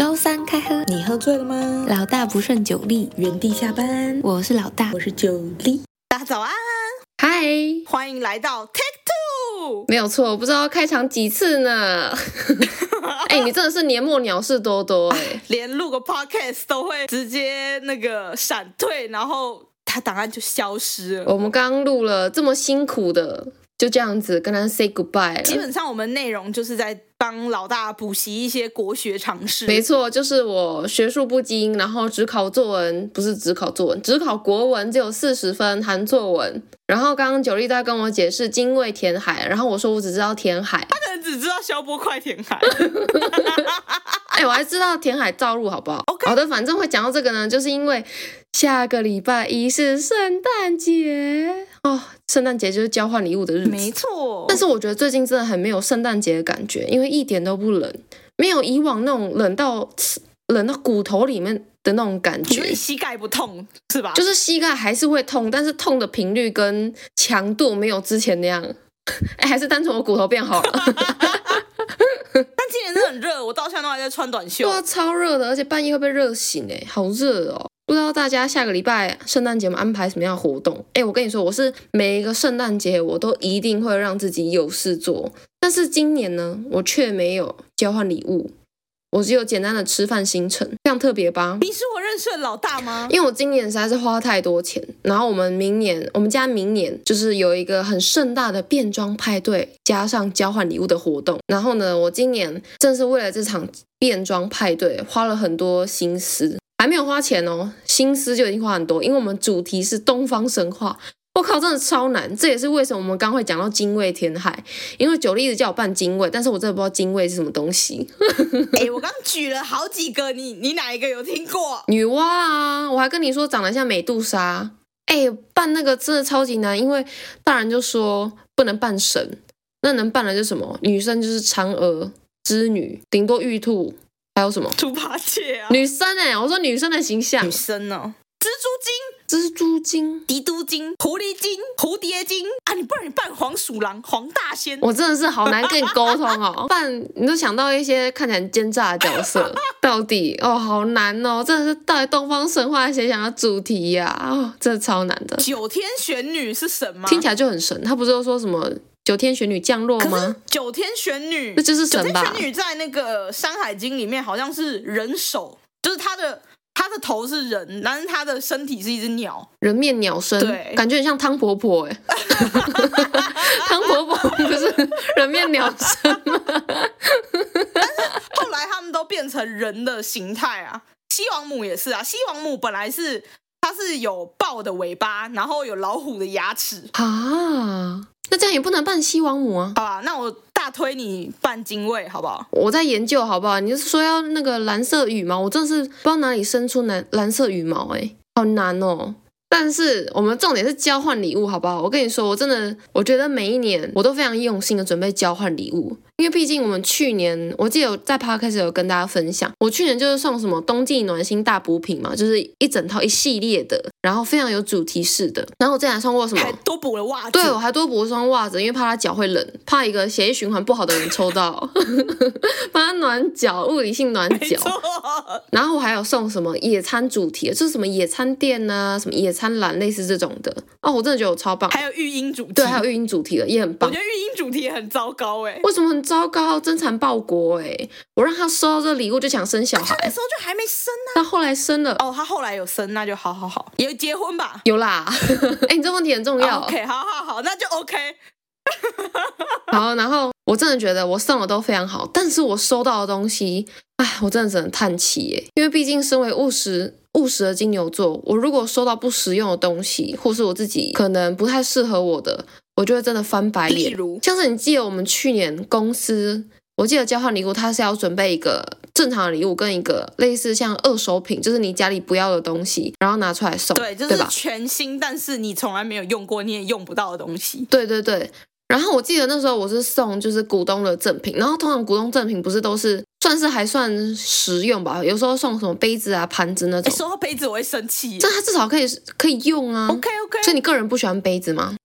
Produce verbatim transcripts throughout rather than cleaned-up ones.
周三开喝， 你喝醉了吗？ 老大不顺酒力， 原地下班。 我是老大， 我是酒力。大家早安， 嗨， 欢迎来到 Take Two。 没有错，我不知道开场几次呢。哎、欸，你真的是年末鸟事多多哎、欸， 连录个 podcast 都会直接那个闪退，然后它档案就消失了。 我们刚录了这么辛苦的。就这样子跟他 say goodbye 了。 基本上我们内容就是在帮老大补习一些国学常识。 没错，就是我学术不精，然后只考作文，不是只考作文，只考国文只有四十分含作文。然后刚刚九力在跟我解释精卫填海，然后我说我只知道填海， 他可能只知道消波块填海。 哎、欸，我还知道填海造陆，好不好？ Okay. 好的，反正会讲到这个呢，就是因为下个礼拜一是圣诞节哦，圣诞节就是交换礼物的日子， 没错。 但是我觉得最近真的很没有圣诞节的感觉，因为一点都不冷，没有以往那种冷到冷到骨头里面的那种感觉。 因为膝盖不痛是吧？ 就是膝盖还是会痛，但是痛的频率跟强度没有之前那样。哎，还是单纯我骨头变好了。 但今年真的很热，我到现在都还在穿短袖。 对啊，超热的，而且半夜会被热醒哎，好热哦。不知道大家下个礼拜圣诞节安排什么样的活动？哎，我跟你说，我是每一个圣诞节我都一定会让自己有事做，但是今年呢，我却没有交换礼物，我只有简单的吃饭行程，非常特别吧？ 你是我认识的老大吗？ 因为我今年实在是花太多钱，然后我们明年，我们家明年就是有一个很盛大的变装派对，加上交换礼物的活动。然后呢，我今年正是为了这场变装派对花了很多心思，还没有花钱哦，心思就已经花很多，因为我们主题是东方神话。我靠，真的超难！这也是为什么我们刚会讲到精卫填海，因为九力一直叫我办精卫，但是我真的不知道精卫是什么东西。 哎、欸，我刚举了好几个，你你哪一个有听过？ 女娲啊，我还跟你说长得像美杜莎。哎、欸，办那个真的超级难，因为大人就说不能扮神，那能扮的就是什么？女生就是嫦娥、织女，顶多玉兔，还有什么？ 猪八戒啊！ 女生哎、欸，我说女生的形象， 女生呢？蜘蛛精、 蜘蛛精、 狄都精、狐狸精、蝴蝶精啊！你不然你扮黄鼠狼、黄大仙， 我真的是好难跟你沟通哦。扮你都想到一些看起来很奸诈的角色，到底哦好难哦，真的是到底东方神话谁想要主题呀、啊？哦，真的超难的。 九天玄女是神吗？ 听起来就很神，他不是都说什么九天玄女降落吗？ 可是九天玄女那就是神吧？ 九天玄女在那个《山海经》里面好像是人手，就是她的。他的头是人，但是他的身体是一只鸟， 人面鸟身， 对， 感觉很像汤婆婆哎。汤婆婆不是人面鸟身吗？ 但是后来他们都变成人的形态啊。西王母也是啊，西王母本来是它是有豹的尾巴，然后有老虎的牙齿啊。那这样也不能扮西王母啊。 好吧，那我大推你扮精卫好不好？ 我在研究好不好？你是说要那个蓝色羽毛？我真的是不知道哪里生出蓝蓝色羽毛哎、欸，好难哦。但是我们重点是交换礼物好不好？我跟你说，我真的我觉得每一年我都非常用心的准备交换礼物，因为毕竟我们去年我记得有在 podcast 有跟大家分享，我去年就是送什么冬季暖心大补品嘛，就是一整套一系列的，然后非常有主题式的。然后我之前还送过什么？ 还多补了袜子。 对，我还多补一双袜子，因为怕他脚会冷，怕一个血液循环不好的人抽到，帮他暖脚，物理性暖脚。然后我还有送什么野餐主题，就是什么野餐垫啊，什么野餐篮，类似这种的。哦，我真的觉得我超棒。 还有育婴主题， 对，还有育婴主题的也很棒。 我觉得育婴主题也很糟糕哎、欸。 为什么很糟糕？真残报国哎、欸！我让他收到这个礼物就想生小孩， 他那时候就还没生啊。 他后来生了。 哦，他后来有生，那就好好好，有结婚吧？ 有啦。哎、欸，你这问题很重要。 Oh, OK， 好好好，那就 OK。 好，然后我真的觉得我送的都非常好，但是我收到的东西，哎，我真的只能叹气耶。因为毕竟身为务实务实的金牛座，我如果收到不实用的东西，或是我自己可能不太适合我的，我就会真的翻白眼。 例如， 像是你记得我们去年公司，我记得交换礼物，它是要准备一个正常的礼物跟一个类似像二手品，就是你家里不要的东西，然后拿出来送， 对，就是全新，但是你从来没有用过，你也用不到的东西。 对对对。然后我记得那时候我是送就是股东的赠品，然后通常股东赠品不是都是算是还算实用吧，有时候送什么杯子啊、盘子那种。 收到杯子我会生气， 这它至少可以可以用啊。 OK OK。 所以你个人不喜欢杯子吗？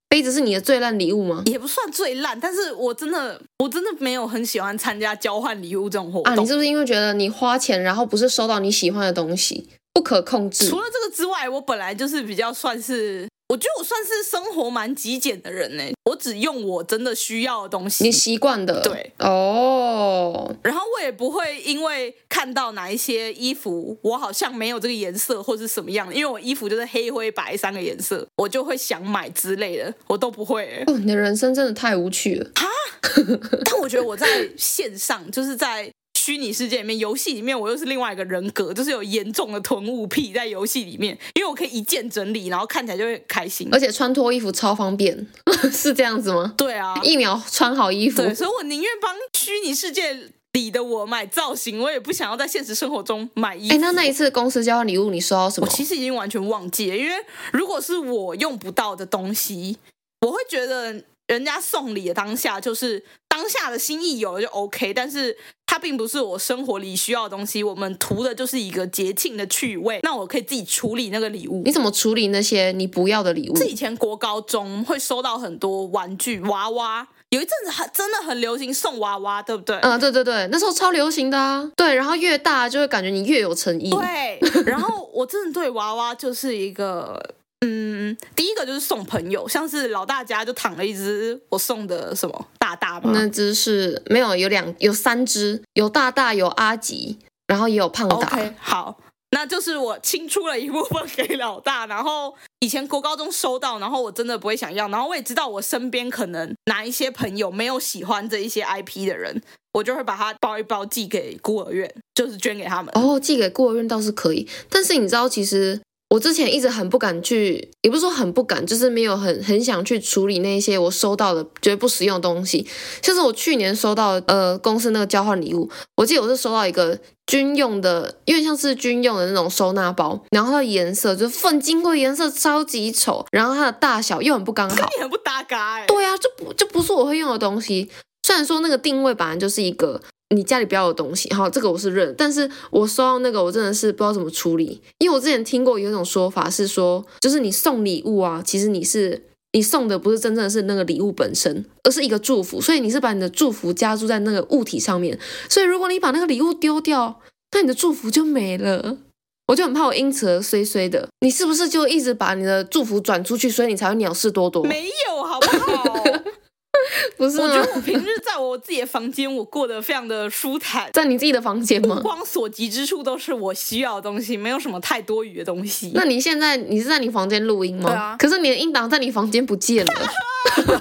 杯子是你的最烂礼物吗？ 也不算最烂，但是我真的我真的没有很喜欢参加交换礼物这种活动啊。你是不是因为觉得你花钱，然后不是收到你喜欢的东西，不可控制？ 除了这个之外，我本来就是比较算是。我觉得我算是生活蛮极简的人呢，我只用我真的需要的东西， 你习惯的， 对哦。 然后我也不会因为看到哪一些衣服我好像没有这个颜色或是什么样，因为我衣服就是黑灰白三个颜色，我就会想买之类的，我都不会。 哦，你的人生真的太无趣了哈但我觉得我在线上，就是在虚拟世界里面，游戏里面我又是另外一个人格，就是有严重的囤物癖在游戏里面，因为我可以一键整理，然后看起来就会开心， 而且穿脱衣服超方便，是这样子吗？ 对啊， 一秒穿好衣服。 对，所以我宁愿帮虚拟世界里的我买造型，我也不想要在现实生活中买衣服。 哎，那那一次公司交换礼物你收到什么？ 我其实已经完全忘记了，因为如果是我用不到的东西，我会觉得人家送礼的当下就是当下的心意有了就 OK， 但是它并不是我生活里需要的东西，我们图的就是一个节庆的趣味，那我可以自己处理那个礼物。 你怎么处理那些你不要的礼物？ 是以前国高中会收到很多玩具娃娃，有一阵子很真的很流行送娃娃，对不对？ 嗯，对对对，那时候超流行的啊。对，然后越大就会感觉你越有诚意。 对，然后我真的对娃娃就是一个。嗯，第一个就是送朋友，像是老大家就躺了一只我送的什么大大吗？ 那只是没有，有两有三只，有大大有阿吉，然后也有胖达。 OK， 好，那就是我清出了一部分给老大，然后以前国高中收到，然后我真的不会想要，然后我也知道我身边可能哪一些朋友没有喜欢这一些 I P 的人，我就会把它包一包寄给孤儿院，就是捐给他们。 哦，寄给孤儿院倒是可以，但是你知道其实。我之前一直很不敢去，也不是说很不敢，就是没有很很想去处理那些我收到的觉得不实用的东西。像是我去年收到呃公司那个交换礼物，我记得我是收到一个军用的，有点像是军用的那种收纳包，然后它的颜色就是粪金灰颜色超级丑，然后它的大小又很不刚好， 跟你很不搭嘎哎、欸。 对啊，就不就不是我会用的东西。虽然说那个定位本来就是一个。你家里不要有东西，好，这个我是认，但是我收到那个我真的是不知道怎么处理，因为我之前听过有一种说法是说，就是你送礼物啊，其实你是你送的不是真正的是那个礼物本身，而是一个祝福，所以你是把你的祝福加注在那个物体上面，所以如果你把那个礼物丢掉，那你的祝福就没了。我就很怕我因此而衰衰的，你是不是就一直把你的祝福转出去，所以你才会鸟事多多？ 没有，好不好？ 不是吗？ 我觉得我平日在我自己的房间，我过得非常的舒坦， 在你自己的房间吗？ 目光所及之处都是我需要的东西，没有什么太多余的东西。 那你现在你是在你房间录音吗？ 对啊。 可是你的音档在你房间不见了， 我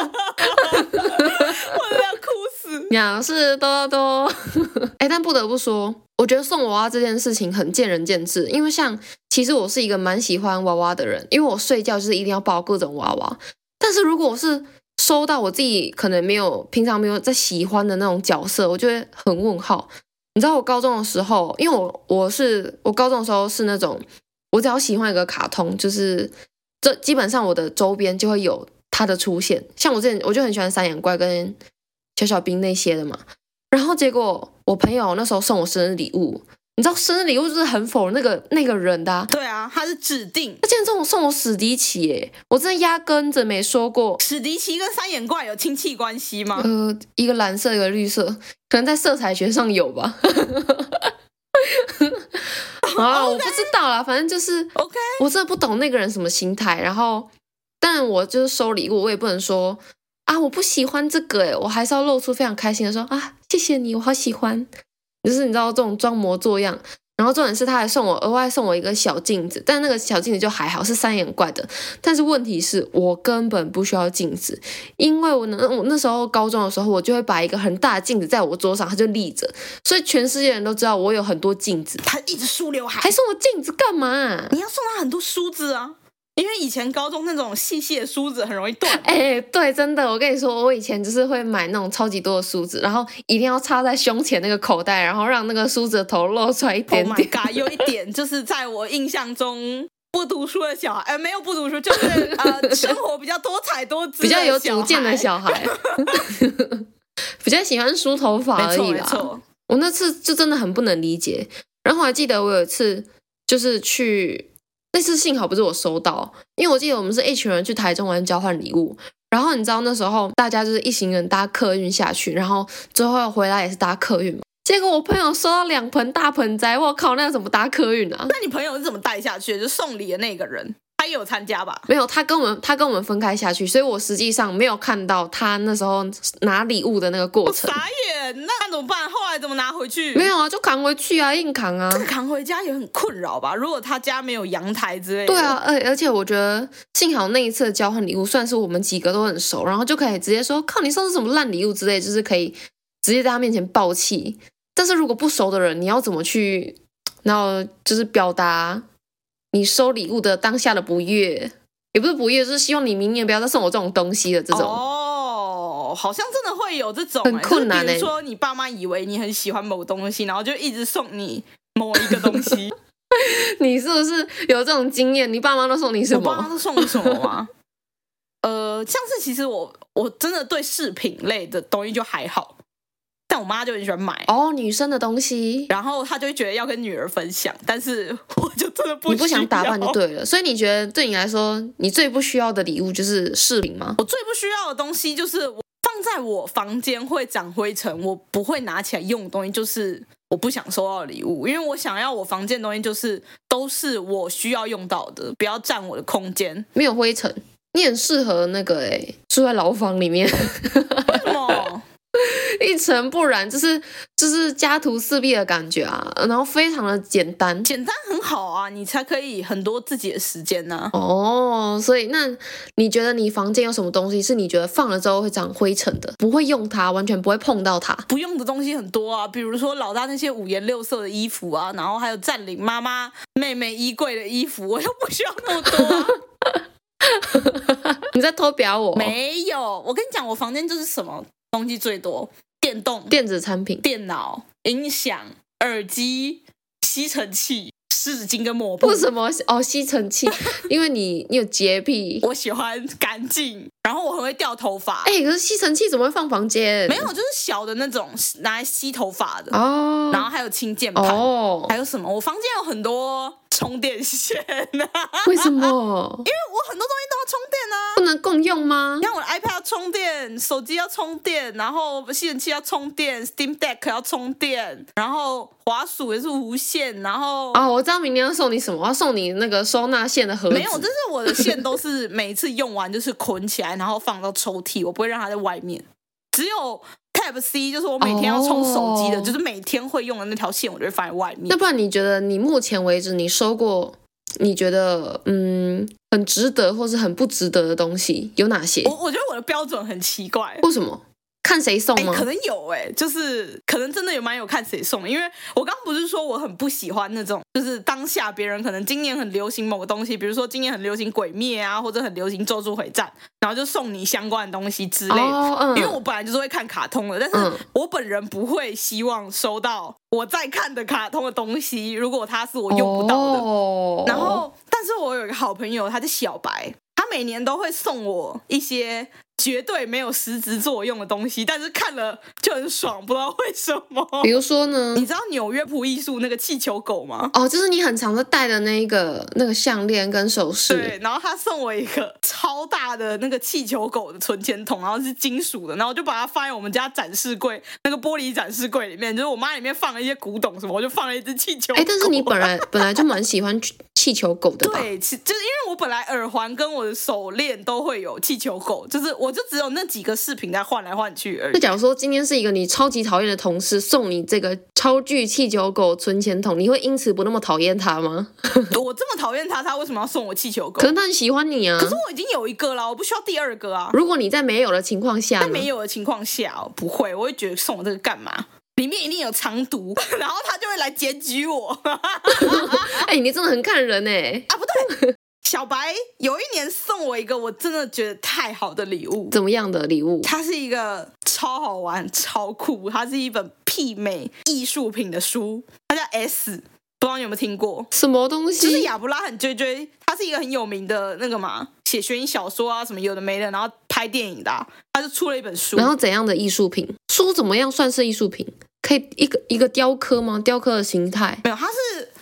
都要哭死。 鸟事多多。哎，但不得不说，我觉得送娃娃这件事情很见仁见智，因为像其实我是一个蛮喜欢娃娃的人，因为我睡觉就是一定要抱各种娃娃，但是如果我是收到我自己可能没有平常没有在喜欢的那种角色，我就会很问号。你知道我高中的时候，因为我我是我高中的时候是那种，我只要喜欢一个卡通，就是这基本上我的周边就会有它的出现。像我之前我就很喜欢三眼怪跟小小兵那些的嘛，然后结果我朋友那时候送我生日礼物。你知道生日礼物就是很否那个那个人的、啊， 对啊，他是指定。 他竟然这种送我史迪奇耶，我真的压根子没说过。 史迪奇跟三眼怪有亲戚关系吗？ 呃，一个蓝色，一个绿色，可能在色彩学上有吧。啊， okay. 我不知道啦，反正就是 OK， 我真的不懂那个人什么心态。然后，但我就是收礼物，我也不能说啊我不喜欢这个，哎，我还是要露出非常开心的说啊谢谢你，我好喜欢。就是你知道这种装模作样，然后重点是他还送我额外送我一个小镜子，但那个小镜子就还好，是三眼怪的。但是问题是我根本不需要镜子，因为我那我那时候高中的时候，我就会把一个很大的镜子在我桌上，它就立着，所以全世界人都知道我有很多镜子。 他一直梳刘海， 还送我镜子干嘛、啊？ 你要送他很多梳子啊。因为以前高中那种细细的梳子很容易断。 哎、欸，对，真的，我跟你说，我以前就是会买那种超级多的梳子，然后一定要插在胸前那个口袋，然后让那个梳子的头露出来一点点。 Oh my god， 有一点就是在我印象中，不读书的小孩，呃，没有不读书，就是呃，生活比较多彩多姿的， 比较有主见的小孩，比较喜欢梳头发而已啦。 没错没错， 我那次就真的很不能理解。然后我还记得我有一次就是去。 那次幸好不是我收到，因为我记得我们是一群人去台中玩交换礼物，然后你知道那时候大家就是一行人搭客运下去，然后最后回来也是搭客运嘛。结果我朋友收到两盆大盆栽，我靠，那要怎么搭客运啊？ 那你朋友是怎么带下去的？就送礼的那个人，他也有参加吧？ 没有，他跟我们他跟我们分开下去，所以我实际上没有看到他那时候拿礼物的那个过程。 傻眼，那怎么办？后来怎么拿回去？ 没有啊，就扛回去啊，硬扛啊。 这个扛回家也很困扰吧？如果他家没有阳台之类的。 对啊，而而且我觉得幸好那一次的交换礼物算是我们几个都很熟，然后就可以直接说靠你送的什么烂礼物之类，就是可以直接在他面前爆气。但是如果不熟的人，你要怎么去，然后就是表达你收礼物的当下的不悦，也不是不悦，就是希望你明年不要再送我这种东西的这种。 哦，好像真的会有这种、 欸、很困难、欸、 比如说你爸妈以为你很喜欢某东西，然后就一直送你某一个东西。 你是不是有这种经验？你爸妈都送你什么？ 我爸妈都送你什么吗？呃，像是其实我我真的对饰品类的东西就还好。但我妈就很喜欢买哦，女生的东西， 然后她就会觉得要跟女儿分享，但是我就真的不需要。 你不想打扮就对了，所以你觉得对你来说，你最不需要的礼物就是饰品吗？ 我最不需要的东西就是我放在我房间会长灰尘，我不会拿起来用的东西，就是我不想收到的礼物，因为我想要我房间的东西就是都是我需要用到的，不要占我的空间， 没有灰尘。你很适合那个哎，住在牢房里面。 为什么？ 一尘不染，就是就是家徒四壁的感觉啊，然后非常的简单， 简单很好啊，你才可以很多自己的时间呢、 啊。哦，所以那你觉得你房间有什么东西是你觉得放了之后会长灰尘的，不会用它，完全不会碰到它？ 不用的东西很多啊，比如说老大那些五颜六色的衣服啊，然后还有占领妈妈、妹妹衣柜的衣服，我又不需要那么多啊。 你在偷表我？ 没有，我跟你讲，我房间就是什么东西最多。电动、 电子产品、 电脑、音响、耳机、吸尘器、湿巾跟抹布。 为什么？哦，吸尘器，因为你你有洁癖。 我喜欢干净，然后我很会掉头发。 哎、欸，可是吸尘器怎么会放房间？ 没有，就是小的那种拿来吸头发的哦。 然后还有轻键盘哦，还有什么？我房间有很多充电线啊。 为什么？ 因为我很多东西都要充电啊。 不能共用吗？ 你看我的 iPad 要充电，手机要充电，然后吸尘器要充电 ，Steam Deck 要充电，然后滑鼠也是无线，然后哦，我知道明年要送你什么，我要送你那个收纳线的盒子。 没有，这是我的线都是每次用完就是捆起来，然后放到抽屉，我不会让它在外面。只有 Type C 就是我每天要充手机的，哦、就是每天会用的那条线，我就会放在外面。 那不然你觉得你目前为止你收过你觉得嗯很值得或是很不值得的东西有哪些？ 我我觉得我的标准很奇怪。 为什么？看谁送吗？ 可能有哎、欸，就是可能真的有蛮有看谁送的，因为我刚不是说我很不喜欢那种，就是当下别人可能今年很流行某个东西，比如说今年很流行鬼灭啊，或者很流行咒术回战，然后就送你相关的东西之类的。哦嗯、因为我本来就是会看卡通的，但是我本人不会希望收到我在看的卡通的东西，如果它是我用不到的。哦、然后，但是我有一个好朋友，他是小白，他每年都会送我一些绝对没有实质作用的东西，但是看了就很爽，不知道为什么。 比如说呢？ 你知道纽约仆艺术那个气球狗吗？ 哦，就是你很常在戴的那个那个项链跟首饰。 对，然后他送我一个超大的那个气球狗的存钱筒，然后是金属的，然后我就把它放在我们家展示柜那个玻璃展示柜里面，就是我妈里面放了一些古董什么，我就放了一只气球狗。 哎，但是你本来本来就蛮喜欢气球狗的吧？ 对，就是因为我本来耳环跟我的手链都会有气球狗，就是我就只有那几个饰品在换来换去而已。 就假如说今天是一个你超级讨厌的同事送你这个超巨气球狗存钱筒，你会因此不那么讨厌他吗？ 我这么讨厌他，他为什么要送我气球狗？ 可是他很喜欢你啊。 可是我已经有一个了，我不需要第二个啊。 如果你在没有的情况下， 在没有的情况下，不会，我会觉得送我这个干嘛？里面一定有藏毒，然后他就会来检举我。 哎、欸，你真的很看人哎、欸！ 啊，不对，小白有一年送我一个我真的觉得太好的礼物。 怎么样的礼物？ 它是一个超好玩、超酷，它是一本媲美艺术品的书，它叫 S， 不知道你有没有听过？ 什么东西？ 就是亚伯拉罕追追，他是一个很有名的那个嘛，写悬疑小说啊什么有的没的，然后拍电影的、啊，他就出了一本书。 然后怎样的艺术品？书怎么样算是艺术品？可以一个一个雕刻吗？雕刻的形态？ 没有，它是它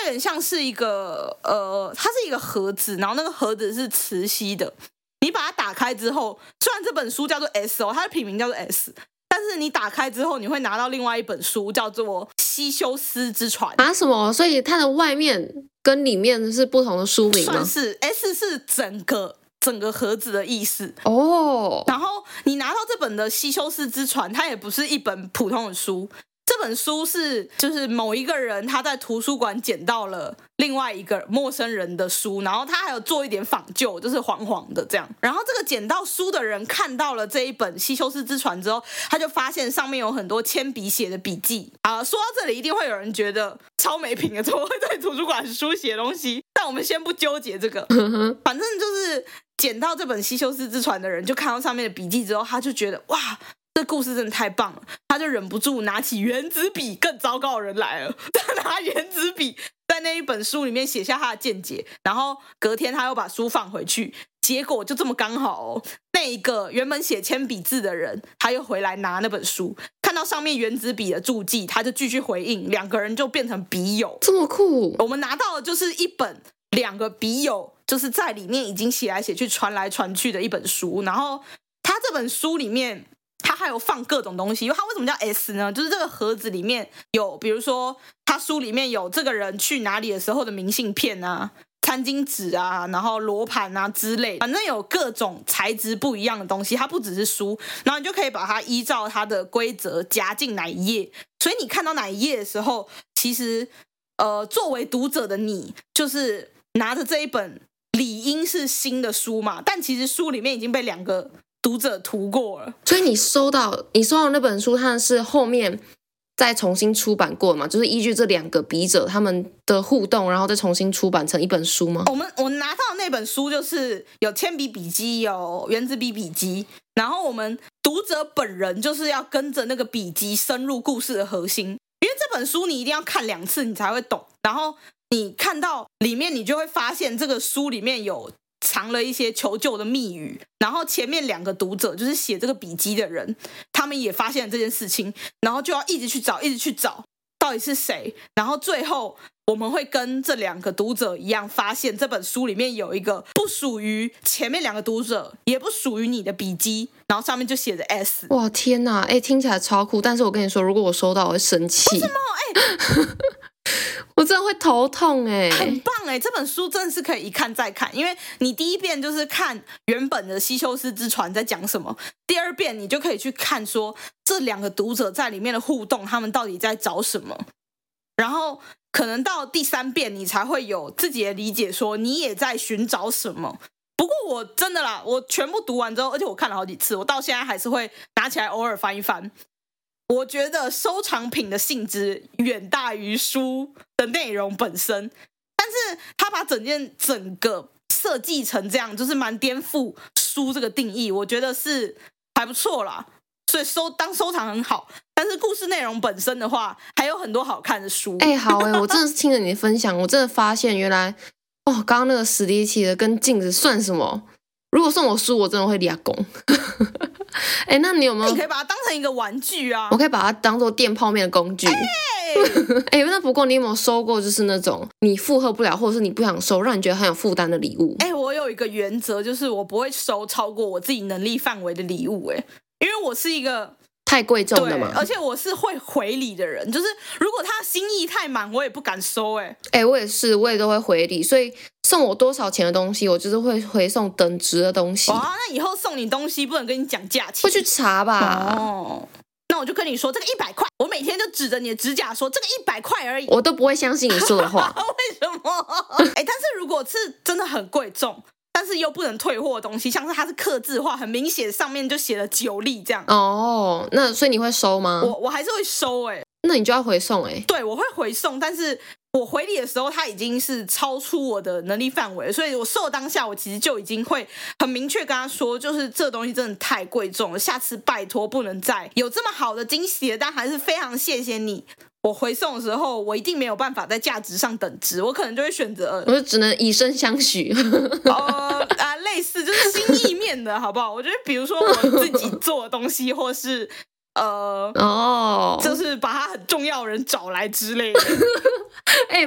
有点像是一个呃，它是一个盒子，然后那个盒子是磁吸的。你把它打开之后，虽然这本书叫做 S 哦，它的品名叫做 S， 但是你打开之后，你会拿到另外一本书，叫做《西修斯之船》 啊什么？所以它的外面跟里面是不同的书名吗？ 算是 S 是整个整个盒子的意思哦。 然后你拿到这本的《西修斯之船》，它也不是一本普通的书。这本书是就是某一个人他在图书馆捡到了另外一个陌生人的书，然后他还有做一点仿旧，就是黄黄的这样。然后这个捡到书的人看到了这一本《西修斯之船》之后，他就发现上面有很多铅笔写的笔记。啊，说到这里一定会有人觉得超没品的，怎么会在图书馆书写东西？但我们先不纠结这个，反正就是捡到这本《西修斯之船》的人就看到上面的笔记之后，他就觉得哇，这故事真的太棒了，他就忍不住拿起原子笔，更糟糕的人来了，他拿原子笔在那一本书里面写下他的见解，然后隔天他又把书放回去，结果就这么刚好哦，那一个原本写铅笔字的人，他又回来拿那本书，看到上面原子笔的注记，他就继续回应，两个人就变成笔友， 这么酷。 我们拿到的就是一本两个笔友就是在里面已经写来写去传来传去的一本书，然后他这本书里面它还有放各种东西，因为它为什么叫 S 呢？就是这个盒子里面有，比如说它书里面有这个人去哪里的时候的明信片啊、餐巾纸啊，然后罗盘啊之类，反正有各种材质不一样的东西，它不只是书，然后你就可以把它依照它的规则夹进哪一页，所以你看到哪一页的时候，其实呃，作为读者的你，就是拿着这一本理应是新的书嘛，但其实书里面已经被两个读者涂过了。 所以你收到你收到那本书，它是后面再重新出版过嘛？就是依据这两个笔者他们的互动，然后再重新出版成一本书吗？ 我们我拿到的那本书就是有铅笔笔记，有原子笔笔记，然后我们读者本人就是要跟着那个笔记深入故事的核心，因为这本书你一定要看两次你才会懂，然后你看到里面你就会发现这个书里面有藏了一些求救的密语，然后前面两个读者就是写这个笔记的人，他们也发现了这件事情，然后就要一直去找一直去找到底是谁，然后最后我们会跟这两个读者一样，发现这本书里面有一个不属于前面两个读者也不属于你的笔记，然后上面就写着 S。 哇天哪，哎，听起来超酷，但是我跟你说，如果我收到我会生气。 为什么？哎我真的会头痛哎、欸， 很棒哎、欸！这本书真的是可以一看再看，因为你第一遍就是看原本的《西修斯之船》在讲什么，第二遍你就可以去看说这两个读者在里面的互动，他们到底在找什么，然后可能到第三遍你才会有自己的理解，说你也在寻找什么。不过我真的啦，我全部读完之后，而且我看了好几次，我到现在还是会拿起来偶尔翻一翻。我觉得收藏品的性质远大于书的内容本身，但是他把整件整个设计成这样，就是蛮颠覆书这个定义，我觉得是还不错啦。所以收当收藏很好，但是故事内容本身的话，还有很多好看的书。 哎、欸，好哎、欸，我真的是听了你的分享，我真的发现原来哦，刚刚那个史迪奇的跟镜子算什么？如果送我书，我真的会俩拱。哎、欸，那你有没有？ 你可以把它当成一个玩具啊！ 我可以把它当做垫泡面的工具。哎、欸欸，那不过你有没有收过就是那种你负荷不了，或者是你不想收，让你觉得很有负担的礼物？ 哎、欸，我有一个原则，就是我不会收超过我自己能力范围的礼物、欸。哎，因为我是一个太贵重的嘛， 而且我是会回礼的人，就是如果他心意太满，我也不敢收、欸。哎， 哎，我也是，我也都会回礼，所以送我多少钱的东西，我就是会回送等值的东西。 哇，那以后送你东西不能跟你讲价钱， 会去查吧？ 哦，那我就跟你说这个一百块，我每天就指着你的指甲说这个一百块而已， 我都不会相信你说的话。 为什么？哎，但是如果是真的很贵重，但是又不能退货的东西，像是它是客制化，很明显上面就写了九粒这样。 哦，那所以你会收吗？ 我我还是会收哎、欸， 那你就要回送哎、欸。 对，我会回送，但是我回礼的时候，它已经是超出我的能力范围，所以我收当下，我其实就已经会很明确跟他说，就是这东西真的太贵重了，下次拜托不能再有这么好的惊喜了，但还是非常谢谢你。我回送的时候，我一定没有办法在价值上等值，我可能就会选择， 我就只能以身相许。 哦啊，类似就是心意面的好不好？我觉得比如说我自己做的东西，或是呃哦， 就是把他很重要的人找来之类的。 哎、欸，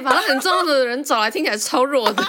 把他很重要的人找来，听起来超弱的。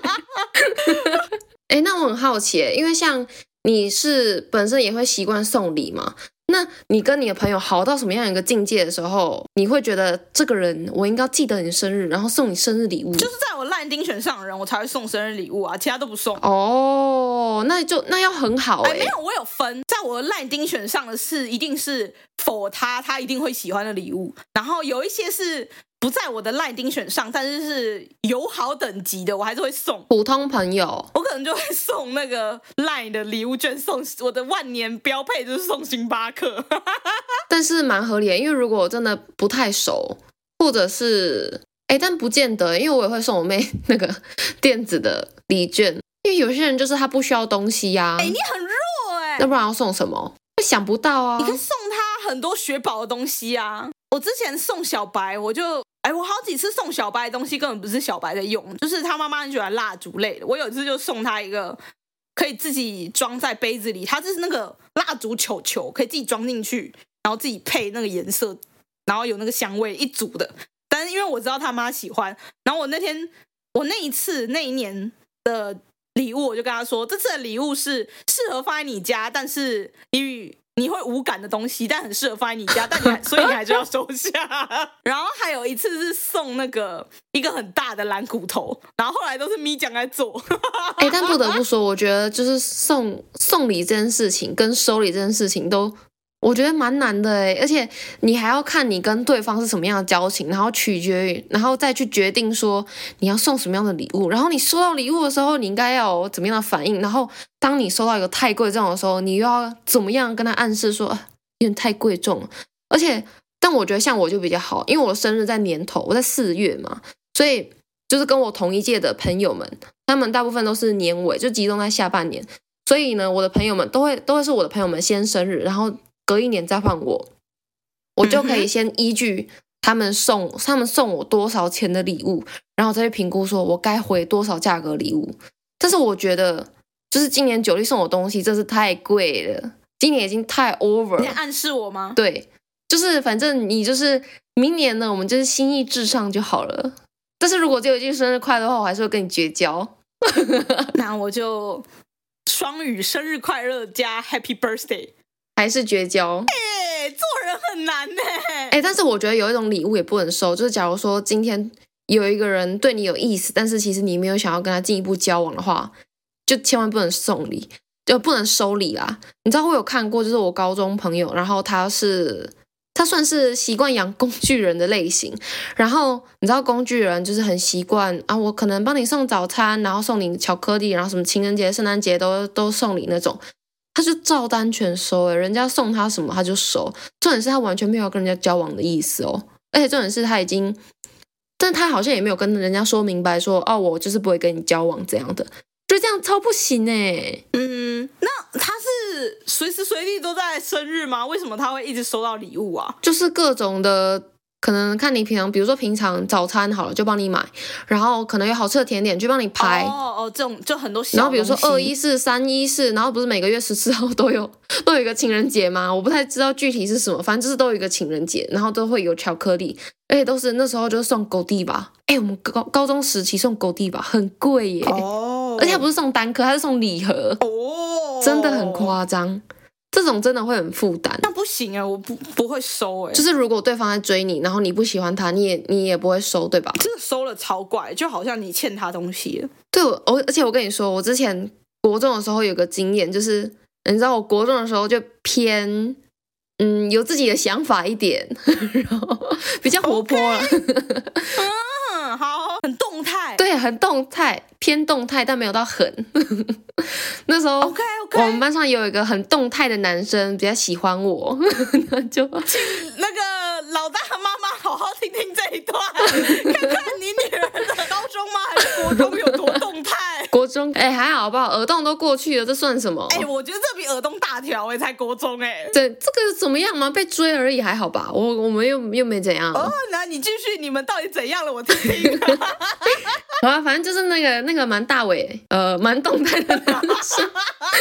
哎，那我很好奇，因为像你是本身也会习惯送礼嘛，那你跟你的朋友好到什么样一个境界的时候，你会觉得这个人我应该记得你生日，然后送你生日礼物？ 就是在我烂丁选上的人，我才会送生日礼物啊，其他都不送。 哦，那就那要很好哎、欸。 没有，我有分，在我的烂丁选上的是一定是否他他一定会喜欢的礼物，然后有一些是不在我的烂丁选上，但是是友好等级的，我还是会送。 普通朋友， 我可能就会送那个 Line 的礼物券，送我的万年标配就是送星巴克。 但是蛮合理的，因为如果我真的不太熟，或者是哎，但不见得，因为我也会送我妹那个电子的礼券，因为有些人就是他不需要东西呀、啊。 哎，你很弱哎、欸， 要不然要送什么？会想不到啊。 你可以送他很多雪宝的东西啊。我之前送小白，我就哎，我好几次送小白的东西根本不是小白在用，就是他妈妈很喜欢蜡烛类的。我有一次就送他一个可以自己装在杯子里，它就是那个蜡烛球球，可以自己装进去，然后自己配那个颜色，然后有那个香味一组的。但是因为我知道他妈喜欢，然后我那天我那一次那一年的礼物，我就跟他说，这次的礼物是适合放在你家，但是你你会无感的东西，但很适合放在你家，但你还所以你还是要收下。然后还有一次是送那个一个很大的蓝骨头，然后后来都是咪酱在做。 哎，但不得不说，我觉得就是送送礼这件事情跟收礼这件事情都。我觉得蛮难的哎，而且你还要看你跟对方是什么样的交情，然后取决于，然后再去决定说你要送什么样的礼物，然后你收到礼物的时候，你应该要有怎么样的反应，然后当你收到一个太贵重的时候，你又要怎么样跟他暗示说有点太贵重了。而且，但我觉得像我就比较好，因为我生日在年头，我在四月嘛，所以就是跟我同一届的朋友们，他们大部分都是年尾，就集中在下半年，所以呢，我的朋友们都会都会是我的朋友们先生日，然后隔一年再换我，我就可以先依据他们送他们送我多少钱的礼物，然后再去评估说我该回多少价格礼物。但是我觉得，就是今年九力送我东西真是太贵了，今年已经太 over 了。 你暗示我吗？ 对，就是反正你就是明年呢，我们就是心意至上就好了。但是如果只有一句生日快乐的话，我还是会跟你绝交。 那我就双语生日快乐加 Happy Birthday。 还是绝交， 哎、欸，做人很难呢、欸。 哎、欸，但是我觉得有一种礼物也不能收，就是假如说今天有一个人对你有意思，但是其实你没有想要跟他进一步交往的话，就千万不能送礼，就不能收礼啦。你知道我有看过，就是我高中朋友，然后他是他算是习惯养工具人的类型，然后你知道工具人就是很习惯啊，我可能帮你送早餐，然后送你巧克力，然后什么情人节、圣诞节都都送礼那种。他就照单全收，欸，人家送他什么他就收，重点是他完全没有跟人家交往的意思哦，而且重点是他已经，但他好像也没有跟人家说明白说，哦，我就是不会跟你交往这样的，就这样超不行哎。 嗯，那他是随时随地都在生日吗？为什么他会一直收到礼物啊？ 就是各种的。可能看你平常，比如说平常早餐好了就帮你买，然后可能有好吃的甜点就帮你排。 哦哦，这种就很多小。 然后比如说二一四、三一四，然后不是每个月十四号都有都有一个情人节吗？我不太知道具体是什么，反正就是都有一个情人节，然后都会有巧克力，而且都是那时候就送狗地吧。哎，我们高高中时期送狗地吧很贵耶， 哦， 而且它不是送单颗，它是送礼盒， 哦， 真的很夸张。这种真的会很负担， 那不行啊，我不不会收哎。 就是如果对方在追你，然后你不喜欢他，你也你也不会收，对吧？ 这个收了超怪，就好像你欠他东西了。 对，我而且我跟你说，我之前国中的时候有个经验，就是你知道，我国中的时候就偏嗯有自己的想法一点，然后比较活泼了。 Okay. 嗯，好，很动态， 对，很动态，偏动态，但没有到狠。那时候 ，OK OK， 我们班上有一个很动态的男生比较喜欢我，那就请那个老大妈妈好好听听这一段，看看你女儿的高中吗？还是国中有多动态？ 国中哎、欸、还好好不好？耳洞都过去了，这算什么？ 哎、欸，我觉得这比耳洞大条哎、欸，才国中哎、欸。 这这个怎么样吗？被追而已，还好吧？我我们又又没怎样。 哦，那你继续，你们到底怎样了？我听听。 好啊，反正就是那个那个蛮大伟，呃，蛮动态的男生，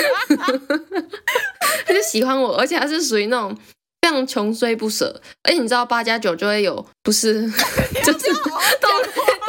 他就喜欢我，而且他是属于那种非常穷追不舍，而且你知道八加九就会有，不是，就是都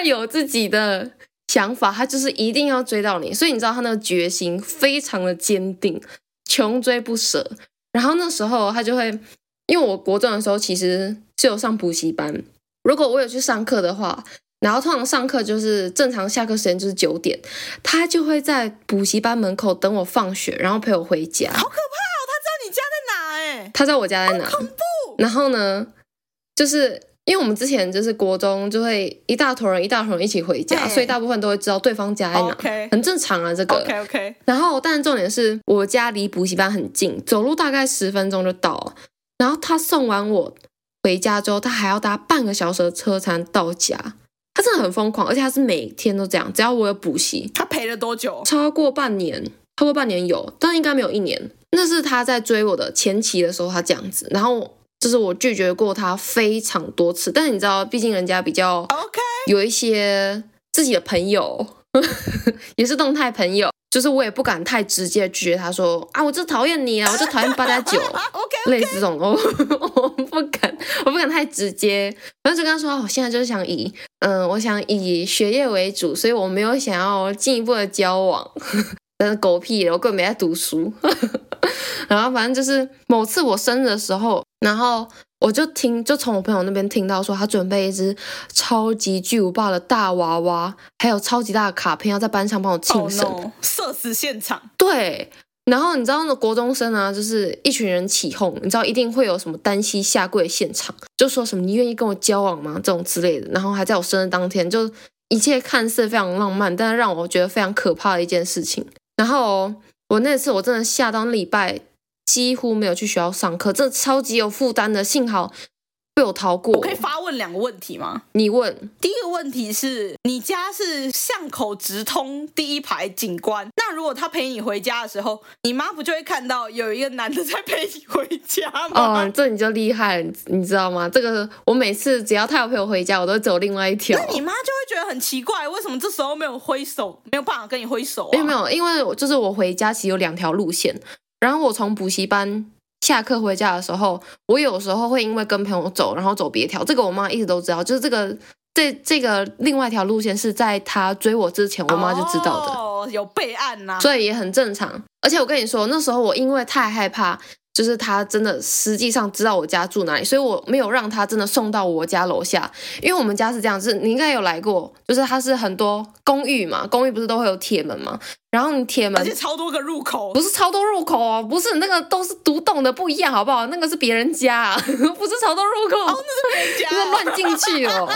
有自己的想法，他就是一定要追到你，所以你知道他那个决心非常的坚定，穷追不舍。然后那时候他就会，因为我国中的时候其实是有上补习班，如果我有去上课的话，然后通常上课就是正常下课时间就是九点，他就会在补习班门口等我放学，然后陪我回家。 好可怕哦！他知道你家在哪哎？ 他知道我家在哪， 好恐怖。 然后呢，就是因为我们之前就是国中就会一大坨人一大坨人一起回家，所以大部分都会知道对方家在哪， okay. 很正常啊这个。 OK OK。 然后，但重点是我家离补习班很近，走路大概十分钟就到。然后他送完我回家之后，他还要搭半个小时的车才能到家。他真的很疯狂，而且他是每天都这样，只要我有补习。 他陪了多久？ 超过半年，超过半年有，但应该没有一年。那是他在追我的前期的时候，他这样子。然后就是我拒绝过他非常多次，但你知道，毕竟人家比较 OK， 有一些自己的朋友，也是动态朋友。就是我也不敢太直接拒绝他说啊，我就讨厌你啊，我就讨厌八加九，类似这种我我不敢，我不敢太直接。然后就跟他说，我现在就是想以嗯，我想以学业为主，所以我没有想要进一步的交往。但是狗屁，我根本没在读书。然后反正就是某次我生日的时候，然后我就听，就从我朋友那边听到说，他准备一只超级巨无霸的大娃娃，还有超级大的卡片，要在班上帮我庆生， oh no， 社死现场。 对，然后你知道那国中生啊，就是一群人起哄，你知道一定会有什么单膝下跪现场，就说什么你愿意跟我交往吗？这种之类的，然后还在我生日当天，就一切看似非常浪漫，但是让我觉得非常可怕的一件事情。然后我那次我真的吓到那礼拜几乎没有去学校上课，这超级有负担的，幸好被我逃过。 我可以发问两个问题吗？ 你问。 第一个问题是，你家是巷口直通第一排景观，那如果他陪你回家的时候，你妈不就会看到有一个男的在陪你回家吗？ 哦，这你就厉害了，你知道吗？这个我每次只要他有陪我回家，我都会走另外一条。 那你妈就会觉得很奇怪，为什么这时候没有挥手，没有办法跟你挥手啊？ 没有没有，因为我就是我回家其实有两条路线，然后我从补习班下课回家的时候，我有时候会因为跟朋友走，然后走别条，这个我妈一直都知道，就是这个这这个另外一条路线是在他追我之前，我妈就知道的， 哦，有备案呐、啊， 所以也很正常。而且我跟你说，那时候我因为太害怕，就是他真的实际上知道我家住哪里，所以我没有让他真的送到我家楼下，因为我们家是这样子，你应该有来过，就是它是很多公寓嘛，公寓不是都会有铁门嘛，然后你铁门而且超多个入口， 不是超多入口哦，不是那个都是独栋的不一样，好不好？那个是别人家、啊，不是超多入口， 哦，那是别人家、 哦，乱进去哦。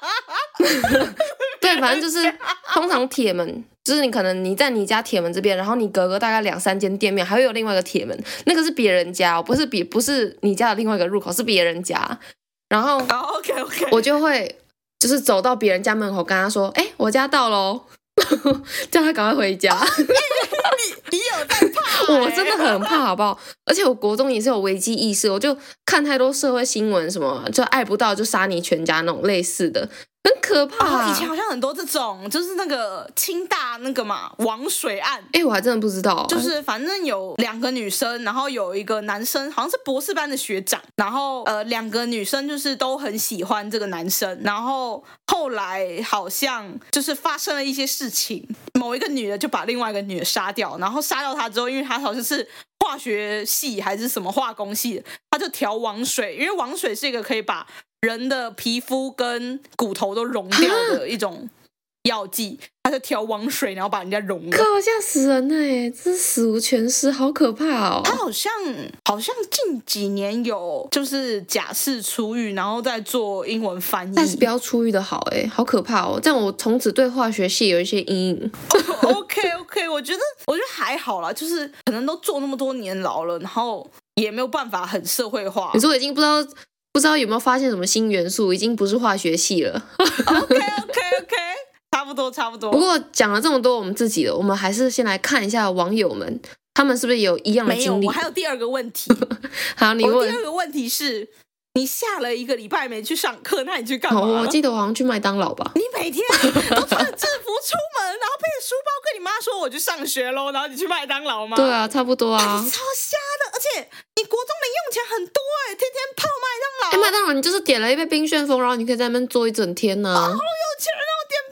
对，反正就是通常铁门，就是你可能你在你家铁门这边，然后你隔个大概两三间店面，还会有另外一个铁门，那个是别人家、哦，不是别不是你家的另外一个入口，是别人家。然后、 oh, OK OK， 我就会就是走到别人家门口，跟他说：“哎、欸，我家到喽。”叫他赶快回家。 你你有在怕、欸？ 我真的很怕，好不好？而且我国中也是有危机意识，我就看太多社会新闻，什么就爱不到就杀你全家那种类似的，很可怕。 哦、以前好像很多这种，就是那个清大那个嘛王水案。 哎、欸，我还真的不知道。 就是反正有两个女生，然后有一个男生，好像是博士班的学长，然后呃两个女生就是都很喜欢这个男生，然后后来好像就是发生了一些事情，某一个女的就把另外一个女的杀掉，然后杀掉她之后，因为她好像是化学系还是什么化工系的，她就调王水，因为王水是一个可以把人的皮肤跟骨头都溶掉的一种药剂，他就调王水，然后把人家溶了。 可吓死人了耶！这是死无全尸，好可怕哦。 他好像好像近几年有就是假释出狱，然后再做英文翻译。 但是不要出狱的好哎，好可怕哦！这样我从此对化学系有一些阴影。 oh, OK OK， 我觉得我觉得还好啦，就是可能都坐那么多年牢了，然后也没有办法很社会化。 你说已经不知道不知道有没有发现什么新元素，已经不是化学系了。 OK OK OK。差不多，差不多。 不过讲了这么多我们自己的，我们还是先来看一下网友们，他们是不是有一样的经历？ 没有，我还有第二个问题。 好，你问。 我第二个问题是，你下了一个礼拜没去上课，那你去干嘛？ 我记得我好像去麦当劳吧。 你每天都穿着制服出门，然后背着书包跟你妈说我去上学咯，然后你去麦当劳吗？ 对啊，差不多啊。 你超瞎的，而且你国中零用钱很多哎、欸，天天泡麦当劳。 哎、欸，麦当劳你就是点了一杯冰旋风，然后你可以在那边坐一整天呢、啊。 哦，好有钱人哦，点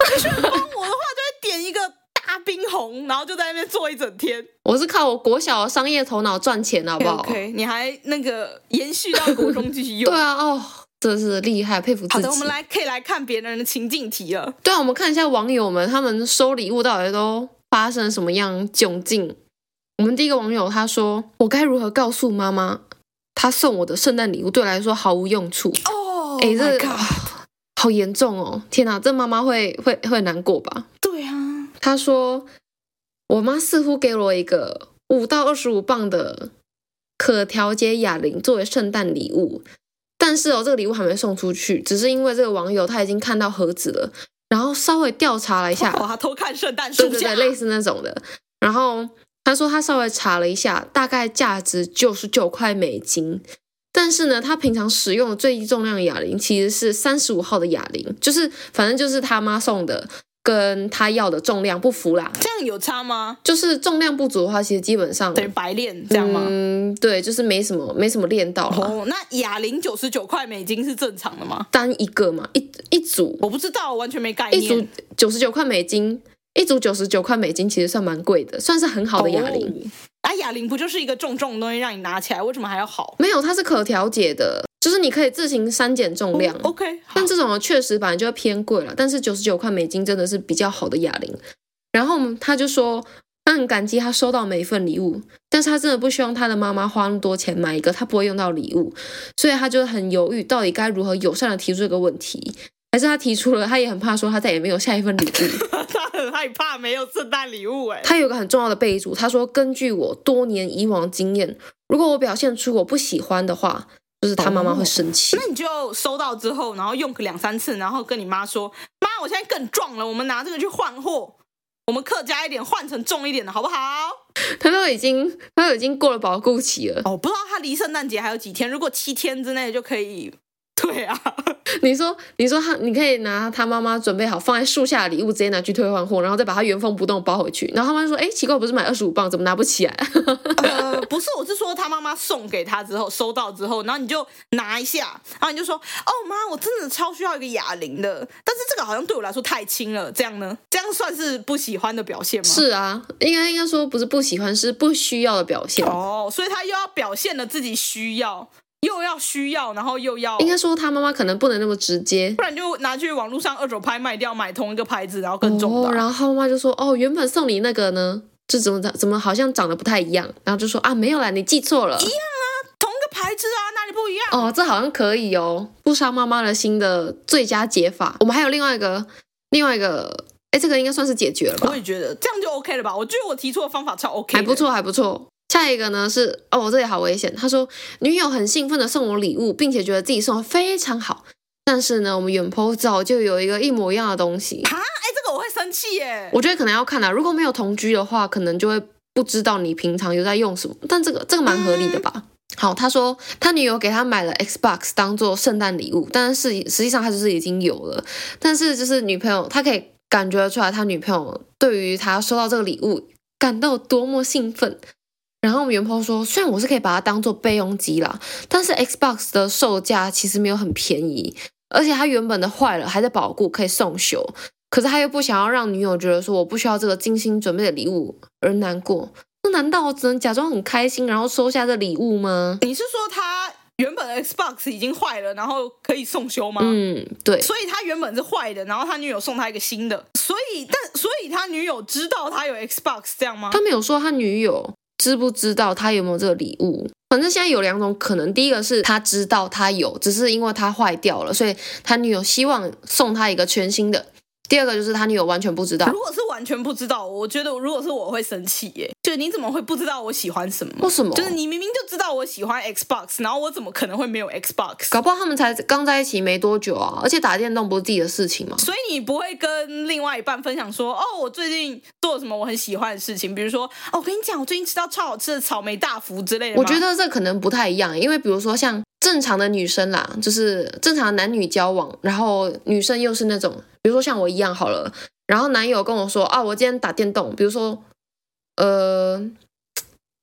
旋风，我的话就会点一个大冰红，然后就在那边坐一整天。 我是靠我国小的商业头脑赚钱，好不好 ？OK，, okay 你还那个延续到国中继续用。 对啊，哦，真的是厉害，佩服自己。 好的，我们来可以来看别人的情境题了。 对啊，我们看一下网友们他们收礼物到底都发生什么样窘境。我们第一个网友他说：“我该如何告诉妈妈，他送我的圣诞礼物对我来说毫无用处？” 哦， 哎，这、 oh 好严重哦！天哪，这妈妈会会会难过吧？ 对啊， 他说：“我妈似乎给我一个五到二十五磅的可调节哑铃作为圣诞礼物，但是哦，这个礼物还没送出去，只是因为这个网友他已经看到盒子了，然后稍微调查了一下， 哇，他偷看圣诞树下， 对对对，类似那种的。然后他说他稍微查了一下，大概价值九十九块美金。”但是呢，他平常使用的最低重量哑铃其实是三十五号的哑铃，就是反正就是他妈送的，跟他要的重量不符啦。 这样有差吗？ 就是重量不足的话，其实基本上等于白练这样吗？ 嗯，对，就是没什么没什么练到啦。 哦，那哑铃九十九块美金是正常的吗？ 单一个嘛，一一组， 我不知道，完全没概念。 一组九十九块美金，一组九十九块美金，其实算蛮贵的，算是很好的哑铃。 哦啊，哑铃不就是一个重重的东西让你拿起来，为什么还要好？ 没有，它是可调节的，就是你可以自行删减重量。 哦、OK， 但这种确实本来就会偏贵了，但是九十九块美金真的是比较好的哑铃。然后他就说他很感激他收到每一份礼物，但是他真的不希望他的妈妈花那么多钱买一个他不会用到礼物，所以他就很犹豫到底该如何友善的提出这个问题。还是他提出了，他也很怕说他再也没有下一份礼物。 他很害怕没有圣诞礼物哎。 他有个很重要的备注，他说根据我多年以往经验，如果我表现出我不喜欢的话，就是他妈妈会生气。 哦、那你就收到之后，然后用个两三次，然后跟你妈说：“妈，我现在更壮了，我们拿这个去换货，我们客家一点，换成重一点的好不好？” 他都已经他都已经过了保固期了。 哦，不知道他离圣诞节还有几天，如果七天之内就可以。对啊， 你说，你说他，你可以拿他妈妈准备好放在树下的礼物，直接拿去退换货，然后再把它原封不动包回去。然后他妈就说：“哎，奇怪，我不是买二十五磅，怎么拿不起来？” 呃，不是，我是说他妈妈送给他之后，收到之后，然后你就拿一下，然后你就说：“哦妈，我真的超需要一个哑铃的，但是这个好像对我来说太轻了，这样呢？这样算是不喜欢的表现吗？” 是啊，应该应该说不是不喜欢，是不需要的表现。 哦，所以他又要表现了自己需要。又要需要，然后又要， 应该说他妈妈可能不能那么直接， 不然就拿去网络上二手拍卖掉，买同一个牌子，然后更重的、啊哦。然后他妈妈就说：“哦，原本送你那个呢，这怎么怎么好像长得不太一样？”然后就说：“啊，没有啦，你记错了， 一样啊，同一个牌子啊，哪里不一样？” 哦，这好像可以哦，不伤妈妈的心的最佳解法。我们还有另外一个，另外一个，哎，这个应该算是解决了吧？ 我也觉得这样就 OK 了吧？我觉得我提出的方法超 OK， 还不错，还不错。下一个呢是哦，这也好危险。他说女友很兴奋的送我礼物，并且觉得自己送的非常好，但是呢，我们远 po 早就有一个一模一样的东西啊！哎，这个我会生气耶。 我觉得可能要看啊，如果没有同居的话，可能就会不知道你平常有在用什么。但这个这个蛮合理的吧？嗯、好，他说他女友给他买了 Xbox 当做圣诞礼物，但是实际上他就是已经有了。但是就是女朋友，他可以感觉出来，他女朋友对于他收到这个礼物感到多么兴奋。然后我们原 po 说，虽然我是可以把它当做备用机啦，但是 Xbox 的售价其实没有很便宜，而且它原本的坏了还在保固，可以送修。可是他又不想要让女友觉得说我不需要这个精心准备的礼物而难过。那难道我只能假装很开心，然后收下这礼物吗？ 你是说他原本的 Xbox 已经坏了，然后可以送修吗？ 嗯，对。 所以他原本是坏的，然后他女友送他一个新的，所以但所以他女友知道他有 Xbox 这样吗？ 他没有说他女友知不知道他有没有这个礼物。反正现在有两种可能，第一个是他知道他有，只是因为他坏掉了，所以他女友希望送他一个全新的。第二个就是他女友完全不知道。 如果是完全不知道，我觉得如果是我会生气耶，就你怎么会不知道我喜欢什么？ 为什么？ 就是你明明就知道我喜欢 Xbox， 然后我怎么可能会没有 Xbox？ 搞不好他们才刚在一起没多久啊，而且打电动不是自己的事情吗？ 所以你不会跟另外一半分享说，哦，我最近做了什么我很喜欢的事情，比如说，哦，我跟你讲，我最近吃到超好吃的草莓大福之类的吗？ 我觉得这可能不太一样，因为比如说像正常的女生啦，就是正常的男女交往，然后女生又是那种，比如说像我一样好了，然后男友跟我说啊，我今天打电动，比如说，呃，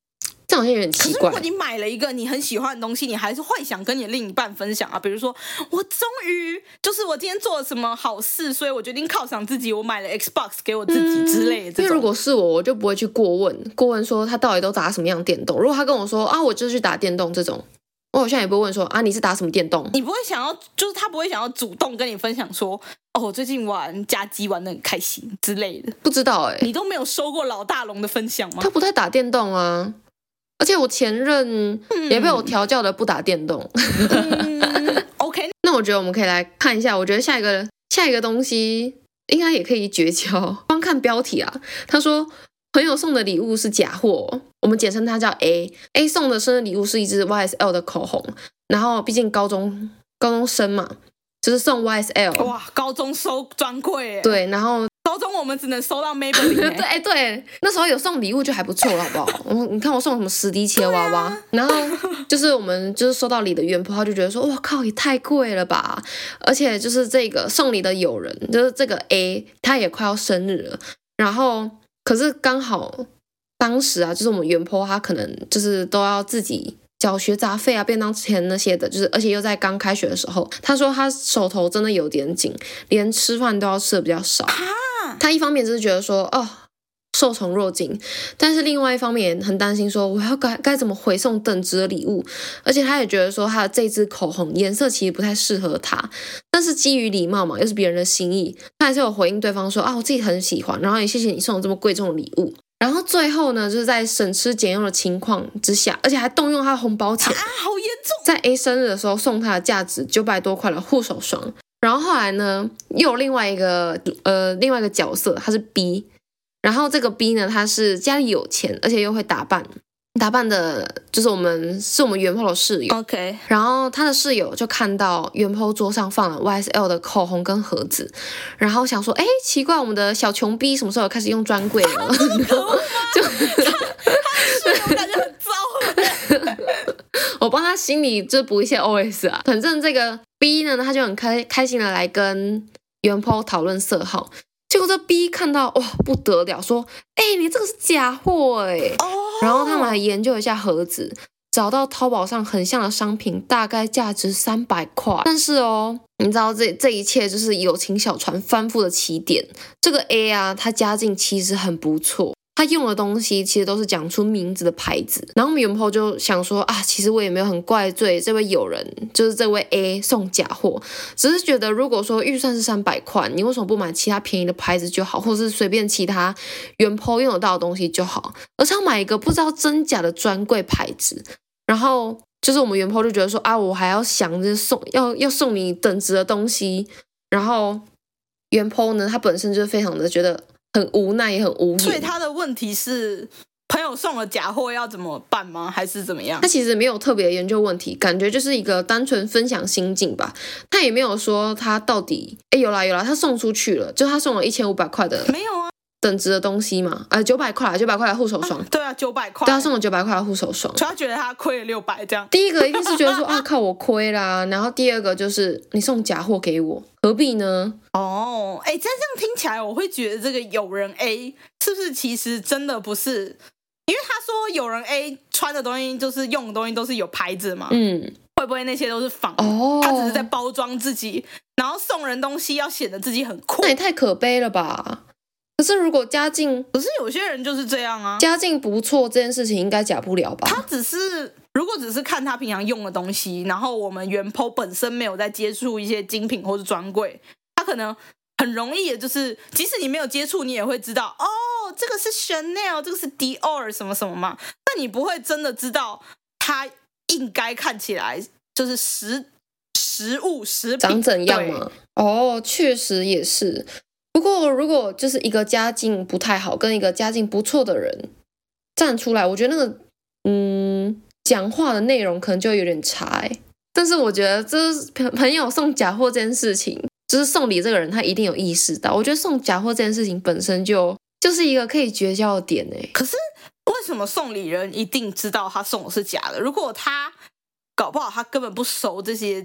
这好像有点奇怪。 可是如果你买了一个你很喜欢的东西，你还是会想跟你的另一半分享啊。比如说，我终于就是我今天做了什么好事，所以我决定犒赏自己，我买了 Xbox 给我自己之类的这种。 因为如果是我，我就不会去过问过问说他到底都打什么样的电动。如果他跟我说啊，我就是去打电动这种，我好像也不会问说啊，你是打什么电动？ 你不会想要，就是他不会想要主动跟你分享说，哦，我最近玩家机玩得很开心之类的。 不知道哎、欸， 你都没有收过老大龙的分享吗？ 他不太打电动啊，而且我前任也被我调教的不打电动。 嗯、OK， 那我觉得我们可以来看一下，我觉得下一个下一个东西应该也可以绝交。光看标题啊，他说朋友送的礼物是假货，我们简称它叫 A。A 送的生日礼物是一支 Y S L 的口红，然后毕竟高中高中生嘛，就是送 Y S L。 哇，高中收专柜哎。 对，然后高中我们只能收到 Maybelline 对，哎对，那时候有送礼物就还不错了，好不好？我你看我送什么史迪奇的娃娃，啊、然后就是我们就是收到礼的原 po， 他就觉得说，哇靠，也太贵了吧！而且就是这个送礼的友人，就是这个 A， 他也快要生日了，然后可是刚好当时啊，就是我们原 po 他可能就是都要自己缴学杂费啊、便当钱那些的，就是而且又在刚开学的时候，他说他手头真的有点紧，连吃饭都要吃的比较少。他一方面就是觉得说，哦，受宠若惊，但是另外一方面也很担心说，我要该该怎么回送等值的礼物，而且他也觉得说，他的这支口红颜色其实不太适合他，但是基于礼貌嘛，又是别人的心意，他还是有回应对方说，啊，我自己很喜欢，然后也谢谢你送我这么贵重的礼物。然后最后呢，就是在省吃俭用的情况之下，而且还动用他的红包钱， 啊，好严重！ 在 A 生日的时候送他的价值九百多块的护手霜。然后后来呢，又有另外一个呃另外一个角色，他是 B。然后这个 B 呢，他是家里有钱，而且又会打扮，打扮的就是我们是我们原 po 的室友。 OK。 然后他的室友就看到原 po 桌上放了 Y S L 的口红跟盒子，然后想说，哎，奇怪，我们的小穷 B 什么时候开始用专柜了？然后就他室友感觉很糟。 我帮他心里就补一些 O S 啊，反正这个 B 呢，他就很开开心的来跟原 po 讨论色号，结果这 B 看到哇不得了，说，哎、欸，你这个是假货哎、欸， oh. 然后他们还研究一下盒子，找到淘宝上很像的商品，大概价值三百块，但是哦，你知道这这一切就是友情小船翻覆的起点。这个 A 啊，他家境其实很不错。他用的东西其实都是讲出名字的牌子，然后我们原 po 就想说啊，其实我也没有很怪罪这位友人，就是这位 A 送假货，只是觉得如果说预算是三百块，你为什么不买其他便宜的牌子就好，或是随便其他原 po 用得到的东西就好，而是要买一个不知道真假的专柜牌子。然后就是我们原 po 就觉得说啊，我还要想着送要要送你等值的东西，然后原 po 呢，他本身就是非常的觉得很无奈也很无语， 所以他的问题是朋友送了假货要怎么办吗？还是怎么样？ 他其实没有特别研究问题，感觉就是一个单纯分享心境吧。他也没有说他到底，哎，有啦有啦，他送出去了，就他送了一千五百块的， 没有啊， 等值的东西嘛，呃，九百块，九百块的护手霜、 啊，对啊，九百块， 对，他送了九百块的护手霜， 所以他觉得他亏了六百这样。 第一个一定是觉得说啊，靠我亏啦，然后第二个就是你送假货给我，何必呢？ 哦，哎，这样听起来，我会觉得这个友人 A 是不是其实真的不是？因为他说友人 A 穿的东西就是用的东西都是有牌子嘛， 嗯， 会不会那些都是仿？ 哦， 他只是在包装自己，然后送人东西要显得自己很酷， 那也太可悲了吧？可是如果家境， 可是有些人就是这样啊， 家境不错这件事情应该假不了吧？ 他只是如果只是看他平常用的东西，然后我们原 po 本身没有在接触一些精品或是专柜，他可能很容易的就是，即使你没有接触，你也会知道哦，这个是 Chanel， 这个是 Dior 什么什么嘛，但你不会真的知道它应该看起来就是实实物实品长怎样嘛？哦，确实也是。不过如果就是一个家境不太好跟一个家境不错的人站出来，我觉得那个嗯讲话的内容可能就有点差欸。但是我觉得这朋友送假货这件事情，就是送礼这个人他一定有意识到，我觉得送假货这件事情本身就就是一个可以绝交的点欸。 可是为什么送礼人一定知道他送的是假的？如果他搞不好他根本不熟这些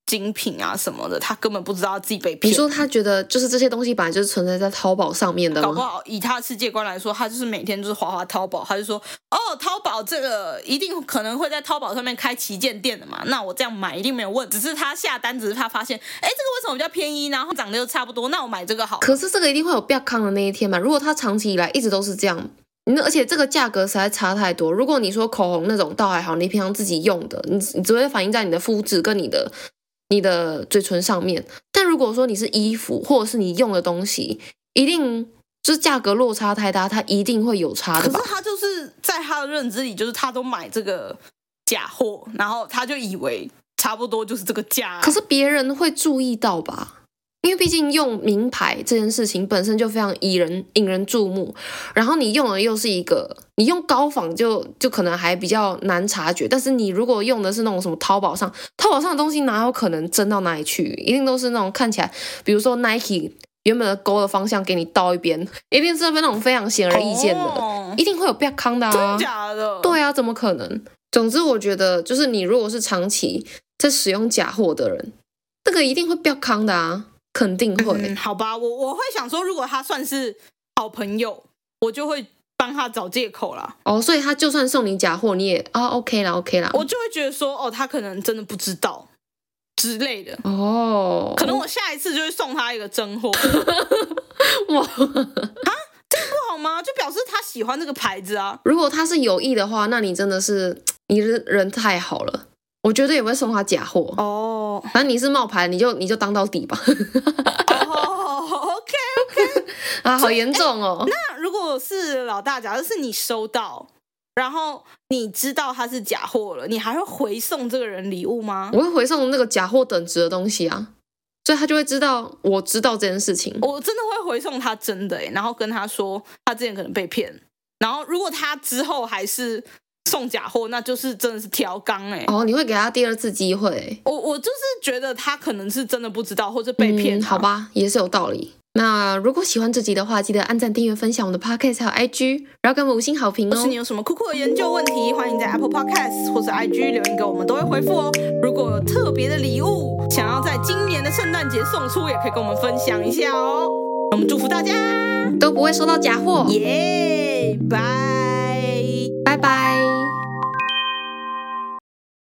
精品啊什么的，他根本不知道自己被骗。 你说他觉得就是这些东西本来就是存在在淘宝上面的吗？ 搞不好以他的世界观来说，他就是每天就是滑滑淘宝，他就说哦，淘宝这个一定可能会在淘宝上面开旗舰店的嘛，那我这样买一定没有问题。只是他下单，只是他发现，哎，这个为什么比较便宜，然后长得又差不多，那我买这个好。 可是这个一定会有不康的那一天嘛？如果他长期以来一直都是这样。而且这个价格实在差太多。如果你说口红那种倒还好，你平常自己用的，你你只会反映在你的肤质跟你的你的嘴唇上面。但如果说你是衣服或者是你用的东西，一定就是价格落差太大，它一定会有差的吧？ 可是他就是在他的认知里，就是他都买这个假货，然后他就以为差不多就是这个价啊。 可是别人会注意到吧？因为毕竟用名牌这件事情本身就非常引人引人注目，然后你用的又是一个，你用高仿就就可能还比较难察觉，但是你如果用的是那种什么淘宝上，淘宝上的东西哪有可能真到哪里去？一定都是那种看起来，比如说 Nike 原本的勾的方向给你倒一边，一定是那种非常显而易见的，哦、一定会有不康的啊！ 真的假的？ 对啊，怎么可能？总之，我觉得就是你如果是长期在使用假货的人，这个一定会不康的啊！肯定会、 嗯，好吧，我我会想说，如果他算是好朋友，我就会帮他找借口啦。 哦，所以他就算送你假货，你也啊 OK 啦 OK 啦， 我就会觉得说，哦，他可能真的不知道之类的。 哦， 可能我下一次就会送他一个真货。哇，啊，这样不好吗？就表示他喜欢这个牌子啊。 如果他是有意的话，那你真的是你人太好了。我绝对也会送他假货哦， 反正你是冒牌，你就你就当到底吧。 哦 ，OK OK 啊，好严重哦。 那如果是老大，假如是你收到，然后你知道它是假货了，你还会回送这个人礼物吗？ 我会回送那个假货等值的东西啊，所以他就会知道我知道这件事情。 我真的会回送他真的耶，然后跟他说他之前可能被骗，然后如果他之后还是送假货，那就是真的是调缸哎。 哦，你会给他第二次机会？ 我我就是觉得他可能是真的不知道，或者被骗、啊嗯。好吧，也是有道理。那如果喜欢这集的话，记得按赞、订阅、分享我们的 Podcast 还有 I G， 然后给我们五星好评哦。 或是你有什么酷酷的研究问题，欢迎在 Apple Podcast 或是 I G 留言给我们，都会回复哦。如果有特别的礼物想要在今年的圣诞节送出，也可以跟我们分享一下哦。我们祝福大家都不会收到假货。 耶，拜拜拜。